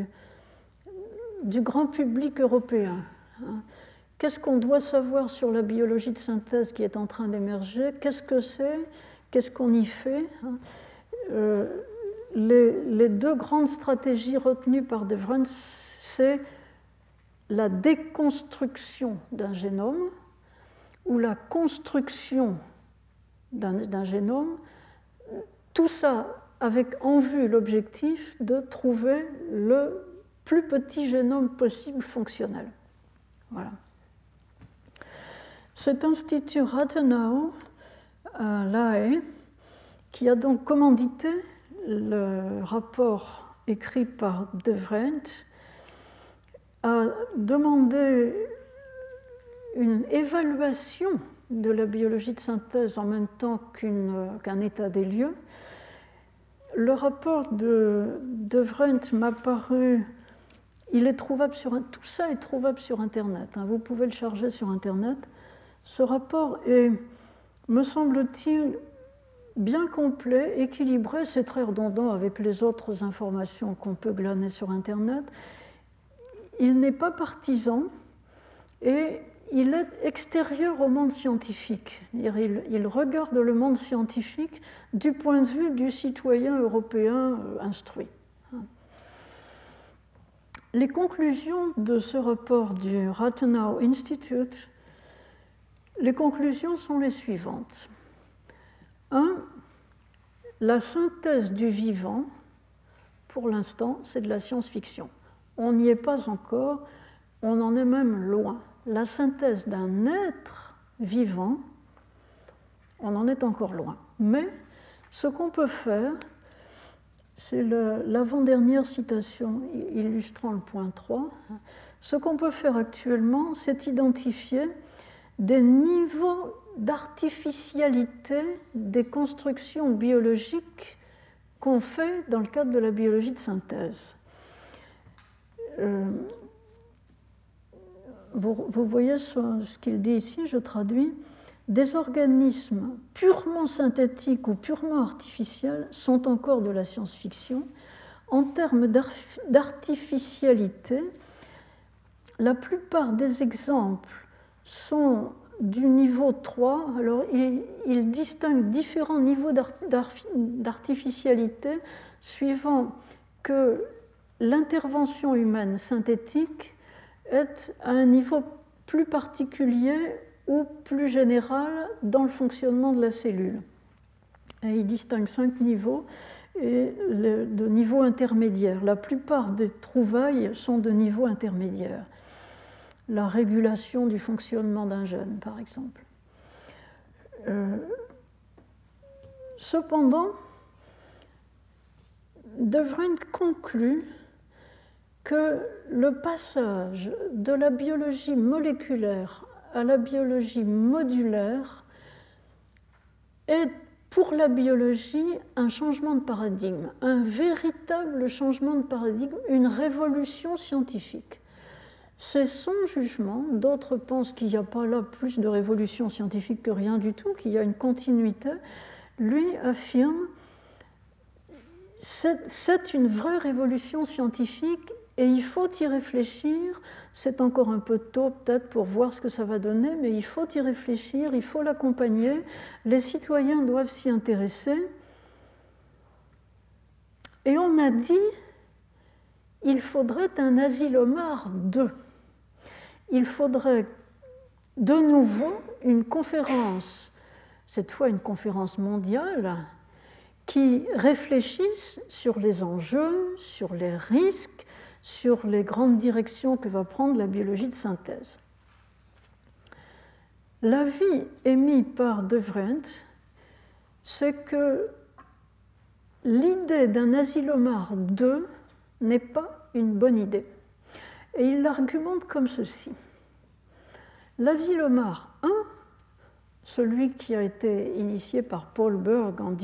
du grand public européen. Qu'est-ce qu'on doit savoir sur la biologie de synthèse qui est en train d'émerger? Qu'est-ce que c'est? Qu'est-ce qu'on y fait? Les deux grandes stratégies retenues par De Vreent, c'est la déconstruction d'un génome ou la construction d'un génome, tout ça avec en vue l'objectif de trouver le plus petit génome possible fonctionnel. Voilà. Cet institut Rathenau à La Haye, qui a donc commandité le rapport écrit par De Vreent, a demandé une évaluation de la biologie de synthèse en même temps qu'un état des lieux. Le rapport de Vreent m'a paru, il est trouvable tout ça est trouvable sur Internet, vous pouvez le charger sur Internet. Ce rapport est, me semble-t-il, bien complet, équilibré, c'est très redondant avec les autres informations qu'on peut glaner sur Internet. Il n'est pas partisan et il est extérieur au monde scientifique. Il regarde le monde scientifique du point de vue du citoyen européen instruit. les conclusions de ce rapport du Rathenau Institute, les conclusions sont les suivantes. 1. La synthèse du vivant, pour l'instant, c'est de la science-fiction. On n'y est pas encore, on en est même loin. La synthèse d'un être vivant, on en est encore loin. Mais ce qu'on peut faire, c'est l'avant-dernière citation illustrant le point 3, ce qu'on peut faire actuellement, c'est identifier des niveaux d'artificialité des constructions biologiques qu'on fait dans le cadre de la biologie de synthèse. Vous voyez ce qu'il dit ici, je traduis. Des organismes purement synthétiques ou purement artificiels sont encore de la science-fiction. En termes d'artificialité, la plupart des exemples sont du niveau 3. Alors, il distingue différents niveaux d'artificialité suivant que l'intervention humaine synthétique est à un niveau plus particulier ou plus général dans le fonctionnement de la cellule. Et il distingue 5 niveaux et de niveaux intermédiaires. La plupart des trouvailles sont de niveaux intermédiaires. La régulation du fonctionnement d'un gène, par exemple. Cependant, De Vriend conclut que le passage de la biologie moléculaire à la biologie modulaire est pour la biologie un changement de paradigme, un véritable changement de paradigme, une révolution scientifique. C'est son jugement. D'autres pensent qu'il n'y a pas là plus de révolution scientifique que rien du tout, qu'il y a une continuité. Lui affirme c'est une vraie révolution scientifique et il faut y réfléchir. C'est encore un peu tôt peut-être pour voir ce que ça va donner, mais il faut y réfléchir, il faut l'accompagner. Les citoyens doivent s'y intéresser. Et on a dit il faudrait un Asilomar 2. Il faudrait de nouveau une conférence, cette fois une conférence mondiale, qui réfléchisse sur les enjeux, sur les risques, sur les grandes directions que va prendre la biologie de synthèse. L'avis émis par De Vriend, c'est que l'idée d'un Asilomar 2 n'est pas une bonne idée. Et il l'argumente comme ceci. L'Asilomar 1, celui qui a été initié par Paul Berg en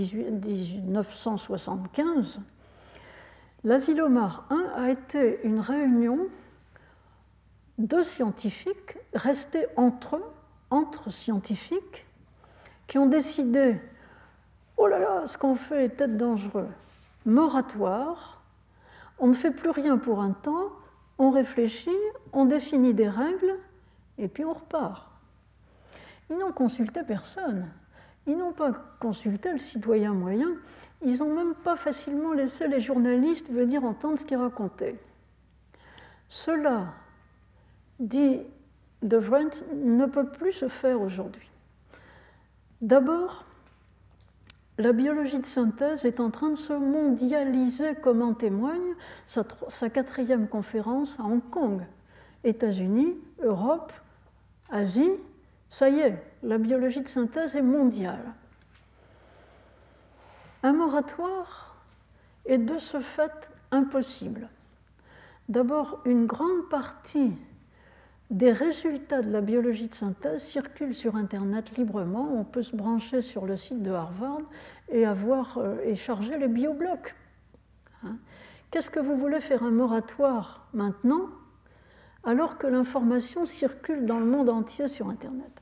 1975, l'Asilomar 1 a été une réunion de scientifiques restés entre eux, entre scientifiques, qui ont décidé « Oh là là, ce qu'on fait est peut-être dangereux, moratoire, on ne fait plus rien pour un temps, on réfléchit, on définit des règles, et puis on repart. » Ils n'ont consulté personne. Ils n'ont pas consulté le citoyen moyen. Ils n'ont même pas facilement laissé les journalistes venir entendre ce qu'ils racontaient. Cela, dit De Vriend, ne peut plus se faire aujourd'hui. D'abord, la biologie de synthèse est en train de se mondialiser, comme en témoigne sa 4e conférence à Hong Kong. États-Unis, Europe, Asie, ça y est, la biologie de synthèse est mondiale. Un moratoire est de ce fait impossible. D'abord, une grande partie des résultats de la biologie de synthèse circulent sur Internet librement. On peut se brancher sur le site de Harvard et charger les bioblocs. Qu'est-ce que vous voulez faire un moratoire maintenant, alors que l'information circule dans le monde entier sur Internet?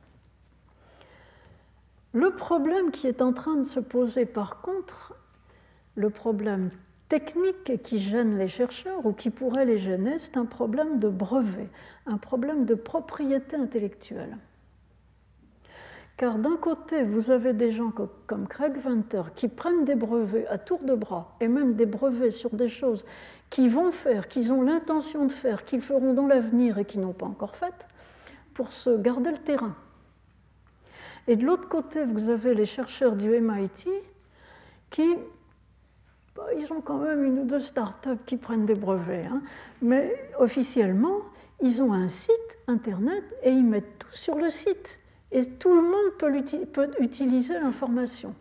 Le problème qui est en train de se poser, par contre, le problème technique qui gêne les chercheurs ou qui pourrait les gêner, c'est un problème de brevet, un problème de propriété intellectuelle. Car d'un côté, vous avez des gens comme Craig Venter qui prennent des brevets à tour de bras, et même des brevets sur des choses qu'ils vont faire, qu'ils ont l'intention de faire, qu'ils feront dans l'avenir et qui n'ont pas encore faites, pour se garder le terrain. Et de l'autre côté, vous avez les chercheurs du MIT qui, ils ont quand même une ou deux startups qui prennent des brevets, hein, mais officiellement, ils ont un site internet et ils mettent tout sur le site. Et tout le monde peut utiliser l'information.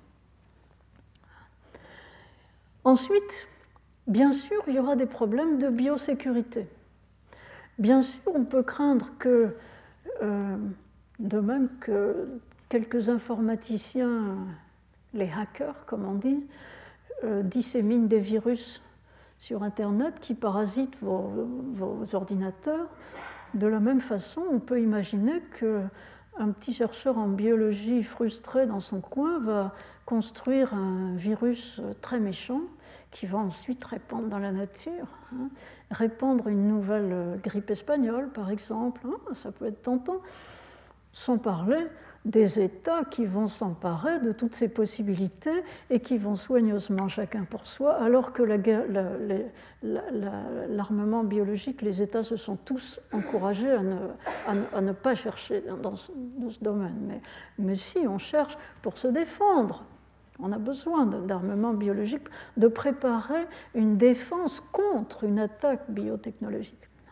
Ensuite, bien sûr, il y aura des problèmes de biosécurité. Bien sûr, on peut craindre que, de même que quelques informaticiens, les hackers, comme on dit, disséminent des virus sur Internet qui parasitent vos ordinateurs, de la même façon, on peut imaginer qu'un petit chercheur en biologie frustré dans son coin va construire un virus très méchant qui va ensuite répandre dans la nature, hein, répandre une nouvelle grippe espagnole, par exemple, hein, ça peut être tentant, sans parler des États qui vont s'emparer de toutes ces possibilités et qui vont soigneusement chacun pour soi, alors que l'armement biologique, les États se sont tous encouragés à ne pas chercher dans ce domaine. Mais si on cherche pour se défendre, on a besoin d'armement biologique, de préparer une défense contre une attaque biotechnologique.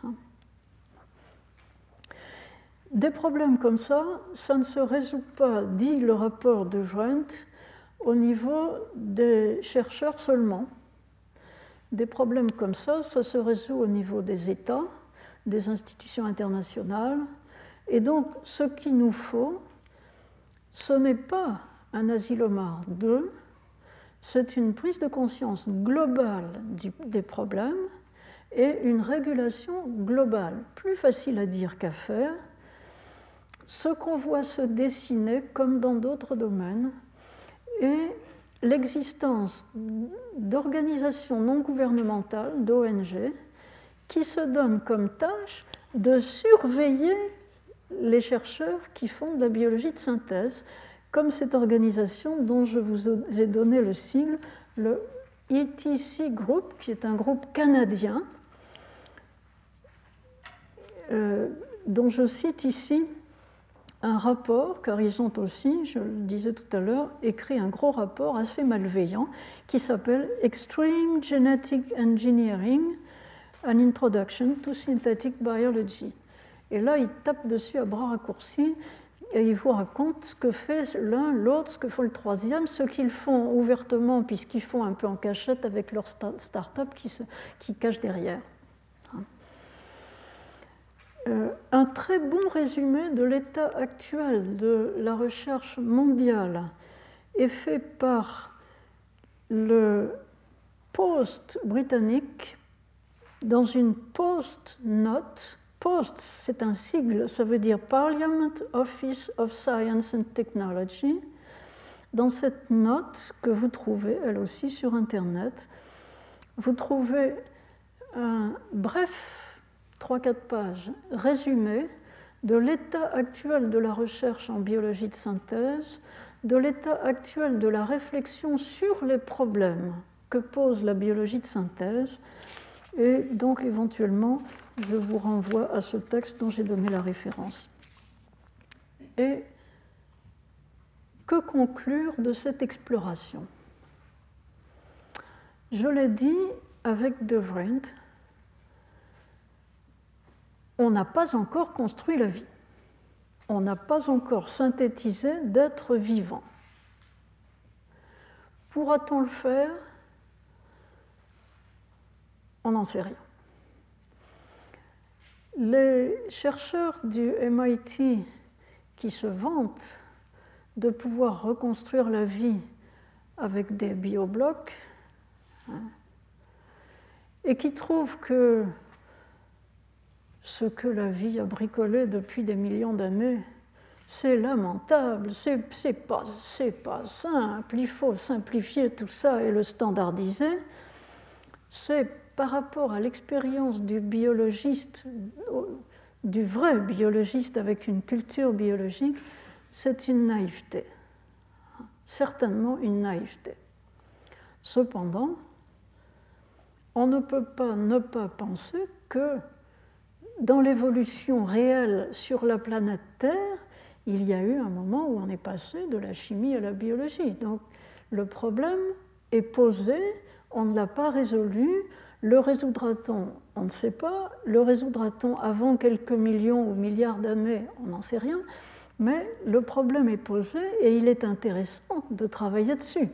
Des problèmes comme ça ne se résout pas, dit le rapport de Wrendt, au niveau des chercheurs seulement. Des problèmes comme ça se résout au niveau des États, des institutions internationales. Et donc, ce qu'il nous faut, ce n'est pas un Asilomar 2, c'est une prise de conscience globale des problèmes et une régulation globale, plus facile à dire qu'à faire. Ce qu'on voit se dessiner, comme dans d'autres domaines, est l'existence d'organisations non gouvernementales, d'ONG, qui se donnent comme tâche de surveiller les chercheurs qui font de la biologie de synthèse, comme cette organisation dont je vous ai donné le sigle, le ETC Group, qui est un groupe canadien, dont je cite ici un rapport, car ils ont aussi, je le disais tout à l'heure, écrit un gros rapport assez malveillant qui s'appelle Extreme Genetic Engineering, An Introduction to Synthetic Biology. Et là, ils tapent dessus à bras raccourcis et ils vous racontent ce que fait l'un, l'autre, ce que fait le troisième, ce qu'ils font ouvertement, puisqu'ils font un peu en cachette avec leur start-up qui cache derrière. Un très bon résumé de l'état actuel de la recherche mondiale est fait par le Post britannique dans une Post-note. Post, c'est un sigle, ça veut dire Parliament Office of Science and Technology. Dans cette note que vous trouvez, elle aussi, sur Internet, vous trouvez un bref 3-4 pages résumé de l'état actuel de la recherche en biologie de synthèse, de l'état actuel de la réflexion sur les problèmes que pose la biologie de synthèse. Et donc, éventuellement, je vous renvoie à ce texte dont j'ai donné la référence. Et que conclure de cette exploration ? Je l'ai dit avec de Wrendt, on n'a pas encore construit la vie. On n'a pas encore synthétisé d'êtres vivants. Pourra-t-on le faire ? On n'en sait rien. Les chercheurs du MIT qui se vantent de pouvoir reconstruire la vie avec des bioblocs, et qui trouvent que ce que la vie a bricolé depuis des millions d'années, c'est lamentable, c'est pas simple, il faut simplifier tout ça et le standardiser. C'est par rapport à l'expérience du biologiste, du vrai biologiste avec une culture biologique, c'est une naïveté, certainement une naïveté. Cependant, on ne peut pas ne pas penser que dans l'évolution réelle sur la planète Terre, il y a eu un moment où on est passé de la chimie à la biologie. Donc le problème est posé, on ne l'a pas résolu. Le résoudra-t-on? On ne sait pas. Le résoudra-t-on avant quelques millions ou milliards d'années? On n'en sait rien. Mais le problème est posé et il est intéressant de travailler dessus.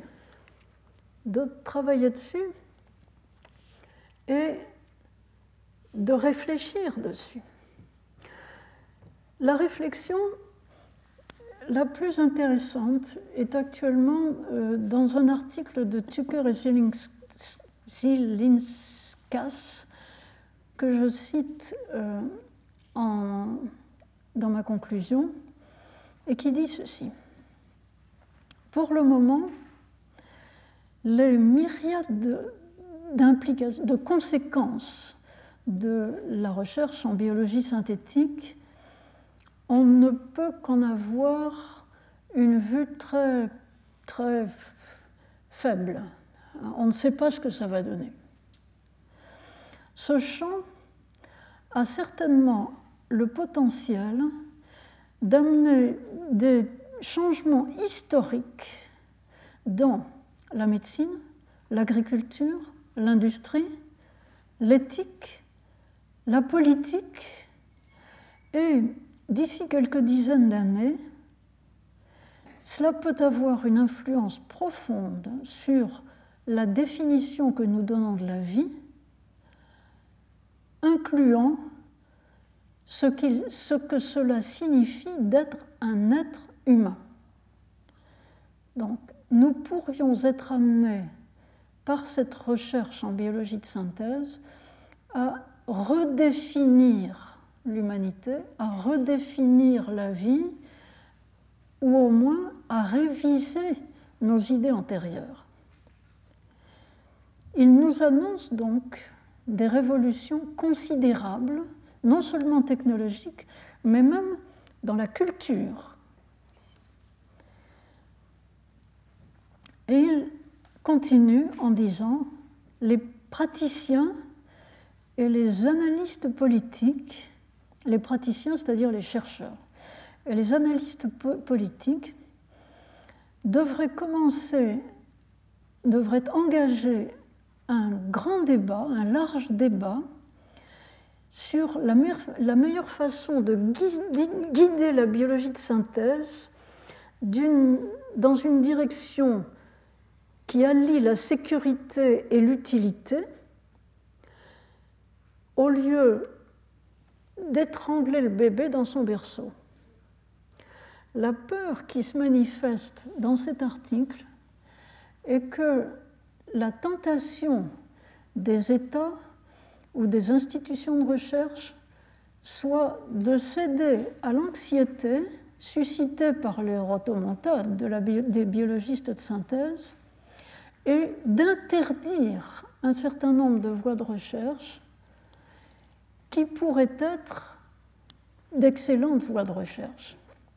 Et de réfléchir dessus. La réflexion la plus intéressante est actuellement dans un article de Tucker et Zilinskas que je cite dans ma conclusion et qui dit ceci. Pour le moment, les myriades d'implications, de conséquences de la recherche en biologie synthétique, on ne peut qu'en avoir une vue très, très faible. On ne sait pas ce que ça va donner. Ce champ a certainement le potentiel d'amener des changements historiques dans la médecine, l'agriculture, l'industrie, l'éthique, la politique, et d'ici quelques dizaines d'années, cela peut avoir une influence profonde sur la définition que nous donnons de la vie, incluant ce que cela signifie d'être un être humain. Donc, nous pourrions être amenés, par cette recherche en biologie de synthèse, à redéfinir l'humanité, à redéfinir la vie, ou au moins à réviser nos idées antérieures. Il nous annonce donc des révolutions considérables, non seulement technologiques, mais même dans la culture. Et il continue en disant « Les praticiens et les analystes politiques, les praticiens, c'est-à-dire les chercheurs, et les analystes politiques devraient engager un grand débat, un large débat sur la meilleure façon de guider la biologie de synthèse dans une direction qui allie la sécurité et l'utilité, au lieu d'étrangler le bébé dans son berceau. La peur qui se manifeste dans cet article est que la tentation des États ou des institutions de recherche soit de céder à l'anxiété suscitée par les rotomontades des biologistes de synthèse et d'interdire un certain nombre de voies de recherche qui pourraient être d'excellentes voies de recherche.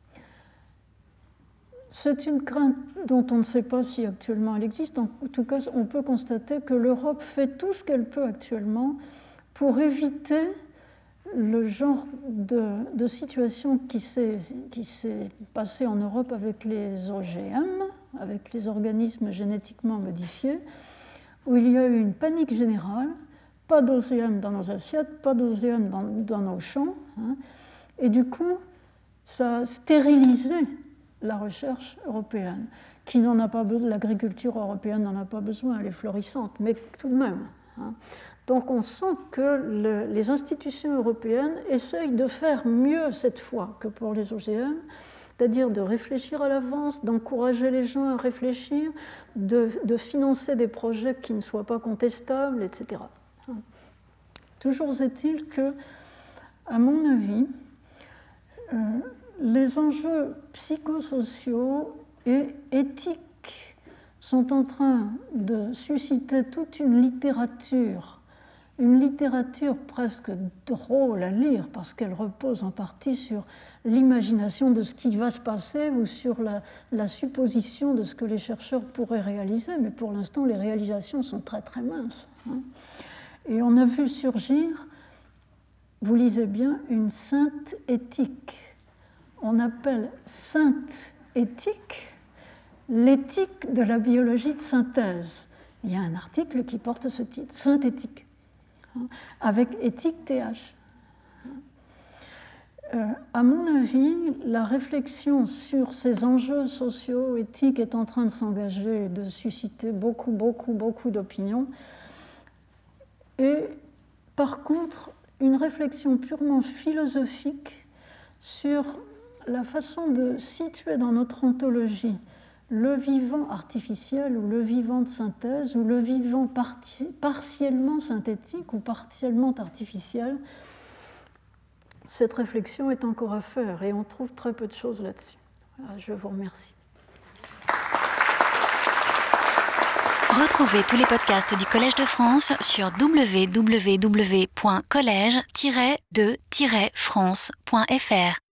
C'est une crainte dont on ne sait pas si actuellement elle existe. En tout cas, on peut constater que l'Europe fait tout ce qu'elle peut actuellement pour éviter le genre de situation qui s'est passée en Europe avec les OGM, avec les organismes génétiquement modifiés, où il y a eu une panique générale, pas d'OGM dans nos assiettes, pas d'OGM dans nos champs, et du coup, ça a stérilisé la recherche européenne, qui n'en a pas besoin, l'agriculture européenne n'en a pas besoin, elle est florissante, mais tout de même. Donc on sent que les institutions européennes essayent de faire mieux cette fois que pour les OGM, c'est-à-dire de réfléchir à l'avance, d'encourager les gens à réfléchir, de financer des projets qui ne soient pas contestables, etc. Toujours est-il que, à mon avis, les enjeux psychosociaux et éthiques sont en train de susciter toute une littérature une littérature presque drôle à lire parce qu'elle repose en partie sur l'imagination de ce qui va se passer ou sur la supposition de ce que les chercheurs pourraient réaliser, mais pour l'instant les réalisations sont très très minces. Et on a vu surgir, vous lisez bien, une sainte éthique. On appelle sainte éthique l'éthique de la biologie de synthèse. Il y a un article qui porte ce titre, sainte éthique, avec éthique TH. À mon avis, la réflexion sur ces enjeux sociaux, éthiques est en train de s'engager et de susciter beaucoup d'opinions. Et par contre, une réflexion purement philosophique sur la façon de situer dans notre ontologie le vivant artificiel ou le vivant de synthèse ou le vivant partiellement synthétique ou partiellement artificiel, cette réflexion est encore à faire et on trouve très peu de choses là-dessus. Voilà, je vous remercie. Retrouvez tous les podcasts du Collège de France sur www.collège-de-france.fr.